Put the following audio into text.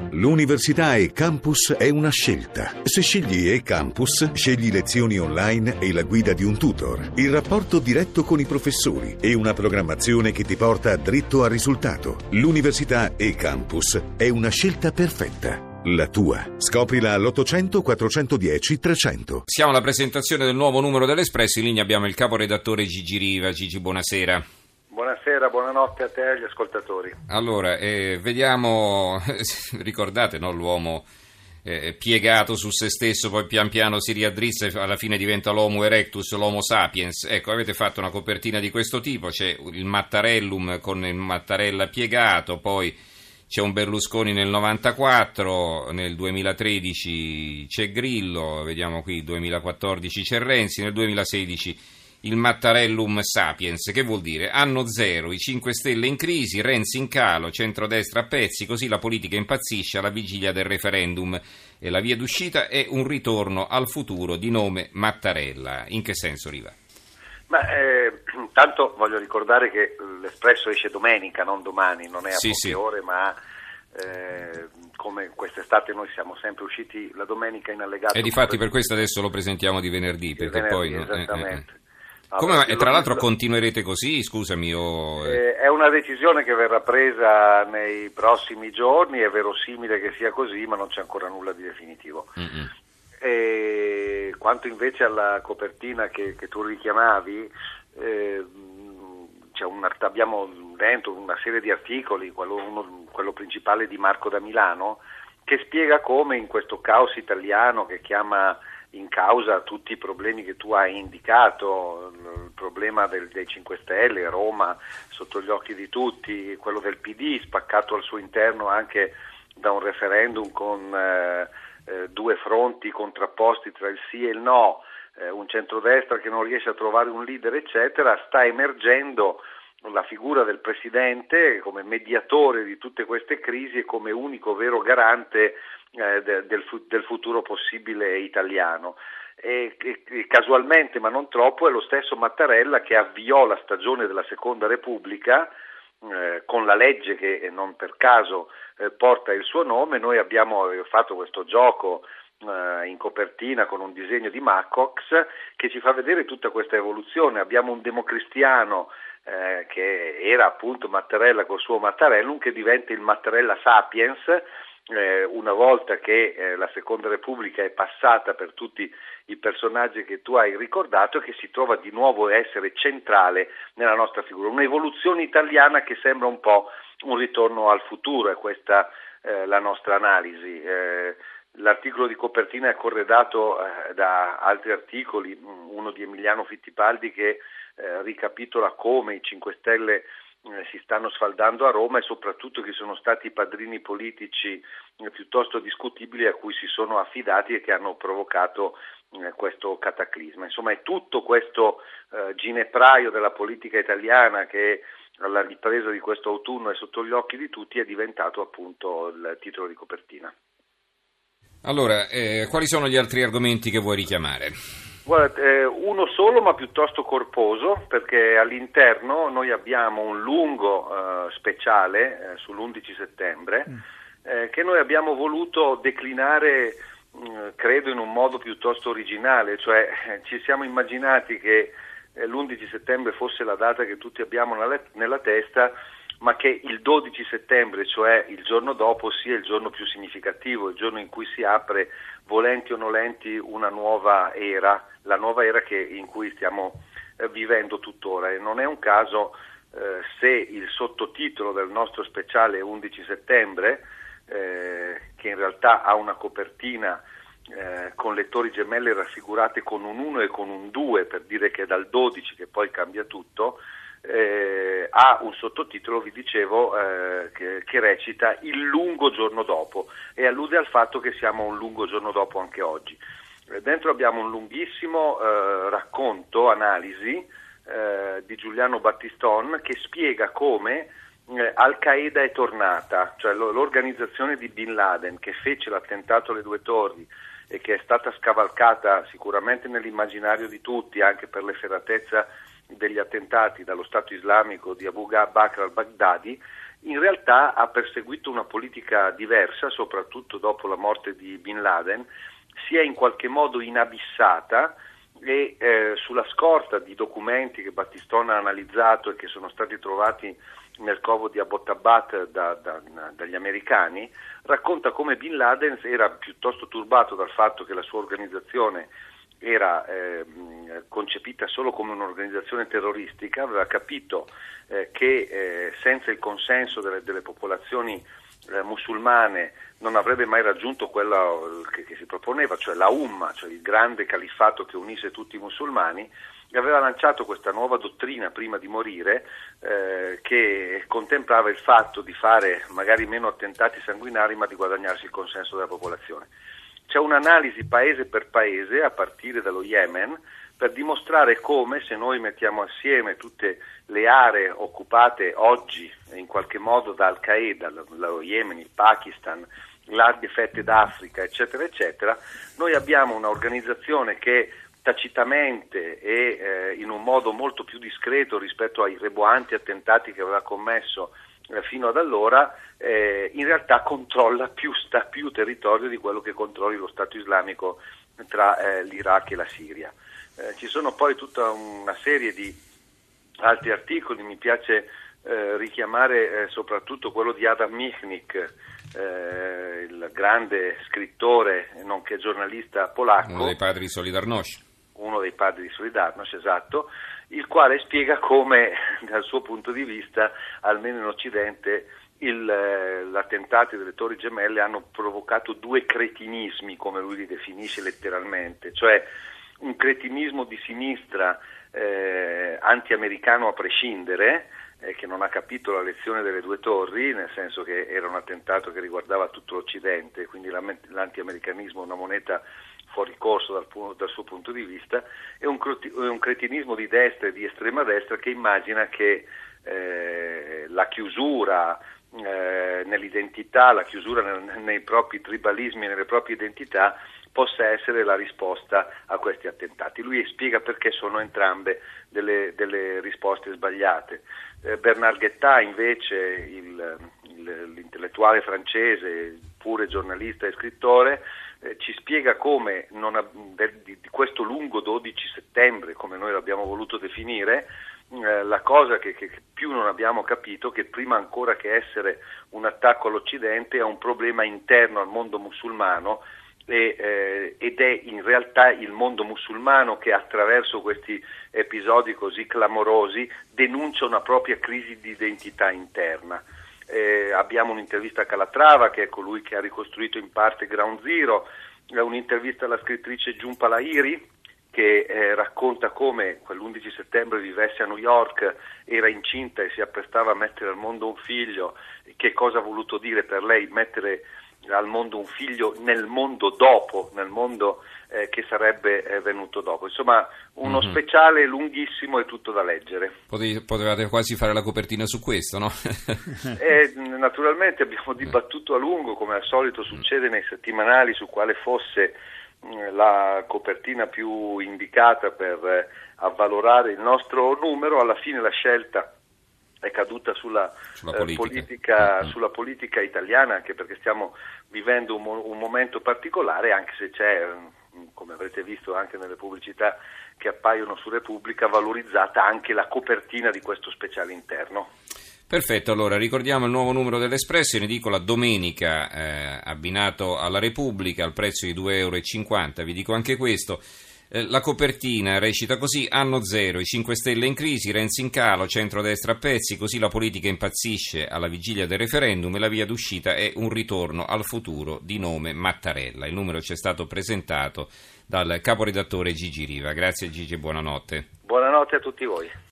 L'università e-Campus è una scelta. Se scegli e-Campus, scegli lezioni online e la guida di un tutor, il rapporto diretto con i professori e una programmazione che ti porta dritto al risultato. L'università e-Campus è una scelta perfetta. La tua. Scoprila all'800 410 300. Siamo alla presentazione del nuovo numero dell'Espresso. In linea abbiamo il caporedattore Gigi Riva. Gigi, buonasera. Buonasera, buonanotte a te e agli ascoltatori. Allora, vediamo, ricordate, no, l'uomo piegato su se stesso, poi pian piano si riaddrizza e alla fine diventa l'Homo erectus, l'Homo sapiens. Ecco, avete fatto una copertina di questo tipo, c'è il Mattarellum con il Mattarella piegato, poi c'è un Berlusconi nel 94, nel 2013 c'è Grillo, vediamo qui, 2014 c'è Renzi, nel 2016 il Mattarellum Sapiens. Che vuol dire? Anno zero, i 5 Stelle in crisi, Renzi in calo, centrodestra a pezzi, così la politica impazzisce alla vigilia del referendum e la via d'uscita è un ritorno al futuro di nome Mattarella. In che senso, Riva? Intanto voglio ricordare che l'Espresso esce domenica, non domani, non è a poche ore, ma come quest'estate noi siamo sempre usciti la domenica in allegato. E difatti per questo adesso lo presentiamo di venerdì, perché poi esattamente. E tra l'altro continuerete così, scusami? È una decisione che verrà presa nei prossimi giorni, è verosimile che sia così, ma non c'è ancora nulla di definitivo. E quanto invece alla copertina che tu richiamavi, abbiamo dentro una serie di articoli, quello principale di Marco da Milano, che spiega come in questo caos italiano che chiama in causa tutti i problemi che tu hai indicato, il problema dei 5 Stelle, Roma sotto gli occhi di tutti, quello del PD spaccato al suo interno anche da un referendum con due fronti contrapposti tra il sì e il no, un centrodestra che non riesce a trovare un leader, eccetera, sta emergendo la figura del Presidente come mediatore di tutte queste crisi e come unico vero garante del futuro possibile italiano. E casualmente, ma non troppo, è lo stesso Mattarella che avviò la stagione della Seconda Repubblica con la legge che non per caso porta il suo nome. Noi abbiamo fatto questo gioco in copertina con un disegno di Macox che ci fa vedere tutta questa evoluzione. Abbiamo un democristiano che era appunto Mattarella col suo Mattarellum, che diventa il Mattarella Sapiens una volta che la Seconda Repubblica è passata per tutti i personaggi che tu hai ricordato, e che si trova di nuovo a essere centrale nella nostra figura. Un'evoluzione italiana che sembra un po' un ritorno al futuro, è questa la nostra analisi. L'articolo di copertina è corredato da altri articoli, uno di Emiliano Fittipaldi che ricapitola come i 5 Stelle si stanno sfaldando a Roma e soprattutto chi sono stati i padrini politici piuttosto discutibili a cui si sono affidati e che hanno provocato questo cataclisma. Insomma, è tutto questo ginepraio della politica italiana che alla ripresa di questo autunno è sotto gli occhi di tutti, è diventato appunto il titolo di copertina. Allora, quali sono gli altri argomenti che vuoi richiamare? Guarda, uno solo ma piuttosto corposo, perché all'interno noi abbiamo un lungo speciale sull'11 settembre che noi abbiamo voluto declinare, credo in un modo piuttosto originale, cioè ci siamo immaginati che l'11 settembre fosse la data che tutti abbiamo nella testa, ma che il 12 settembre, cioè il giorno dopo, sia il giorno più significativo, il giorno in cui si apre, volenti o nolenti, una nuova era, la nuova era in cui stiamo vivendo tuttora. E non è un caso se il sottotitolo del nostro speciale 11 settembre, che in realtà ha una copertina con le torri gemelle raffigurate con un 1 e con un 2, per dire che è dal 12 che poi cambia tutto, ha un sottotitolo, vi dicevo, che recita Il lungo giorno dopo, e allude al fatto che siamo un lungo giorno dopo anche oggi. Dentro abbiamo un lunghissimo racconto, analisi di Giuliano Battiston, che spiega come Al-Qaeda è tornata, cioè l'organizzazione di Bin Laden che fece l'attentato alle 2 torri e che è stata scavalcata sicuramente nell'immaginario di tutti anche per l'efferatezza degli attentati dallo Stato islamico di Abu Bakr al-Baghdadi, in realtà ha perseguito una politica diversa, soprattutto dopo la morte di Bin Laden, si è in qualche modo inabissata e sulla scorta di documenti che Battistone ha analizzato e che sono stati trovati nel covo di Abbottabad dagli americani, racconta come Bin Laden era piuttosto turbato dal fatto che la sua organizzazione era concepita solo come un'organizzazione terroristica, aveva capito che senza il consenso delle popolazioni musulmane non avrebbe mai raggiunto quello che si proponeva, cioè la Umma, cioè il grande califfato che unisse tutti i musulmani, e aveva lanciato questa nuova dottrina prima di morire che contemplava il fatto di fare magari meno attentati sanguinari ma di guadagnarsi il consenso della popolazione. C'è un'analisi paese per paese a partire dallo Yemen per dimostrare come, se noi mettiamo assieme tutte le aree occupate oggi in qualche modo da Al-Qaeda, lo Yemen, il Pakistan, larghe fette d'Africa, eccetera, eccetera, noi abbiamo un'organizzazione che tacitamente e in un modo molto più discreto rispetto ai reboanti attentati che aveva commesso fino ad allora, in realtà controlla più territorio di quello che controlli lo Stato islamico tra l'Iraq e la Siria. Ci sono poi tutta una serie di altri articoli, mi piace richiamare soprattutto quello di Adam Michnik, il grande scrittore nonché giornalista polacco. Uno dei padri di Solidarnosc. Uno dei padri di Solidarnosc, esatto, il quale spiega come, dal suo punto di vista, almeno in Occidente, l'attentato delle Torri Gemelle hanno provocato due cretinismi, come lui li definisce letteralmente, cioè un cretinismo di sinistra anti-americano a prescindere, che non ha capito la lezione delle due torri, nel senso che era un attentato che riguardava tutto l'Occidente, quindi l'anti-americanismo è una moneta fuori corso dal suo punto di vista, e un cretinismo di destra e di estrema destra che immagina che la chiusura nell'identità, la chiusura nei propri tribalismi e nelle proprie identità possa essere la risposta a questi attentati. Lui spiega perché sono entrambe delle risposte sbagliate. Bernard Guetta, invece, l'intellettuale francese, pure giornalista e scrittore, ci spiega come di questo lungo 12 settembre, come noi l'abbiamo voluto definire, la cosa che più non abbiamo capito, che prima ancora che essere un attacco all'Occidente è un problema interno al mondo musulmano, ed è in realtà il mondo musulmano che attraverso questi episodi così clamorosi denuncia una propria crisi di identità interna. Abbiamo un'intervista a Calatrava, che è colui che ha ricostruito in parte Ground Zero, un'intervista alla scrittrice Jhumpa Lahiri, che racconta come quell'11 settembre vivesse a New York, era incinta e si apprestava a mettere al mondo un figlio, che cosa ha voluto dire per lei mettere al mondo un figlio nel mondo dopo, nel mondo che sarebbe venuto dopo. Insomma, uno speciale lunghissimo e tutto da leggere. Potevate quasi fare la copertina su questo, no? Naturalmente abbiamo dibattuto a lungo, come al solito succede nei settimanali, su quale fosse la copertina più indicata per avvalorare il nostro numero. Alla fine la scelta è caduta sulla politica italiana, anche perché stiamo vivendo un momento particolare, anche se c'è, come avrete visto anche nelle pubblicità che appaiono su Repubblica, valorizzata anche la copertina di questo speciale interno. Perfetto, allora ricordiamo il nuovo numero dell'Espresso, in edicola domenica, abbinato alla Repubblica al prezzo di €2,50. Vi dico anche questo. La copertina recita così: anno zero, i 5 Stelle in crisi, Renzi in calo, centrodestra a pezzi, così la politica impazzisce alla vigilia del referendum e la via d'uscita è un ritorno al futuro di nome Mattarella. Il numero ci è stato presentato dal caporedattore Gigi Riva. Grazie Gigi e buonanotte. Buonanotte a tutti voi.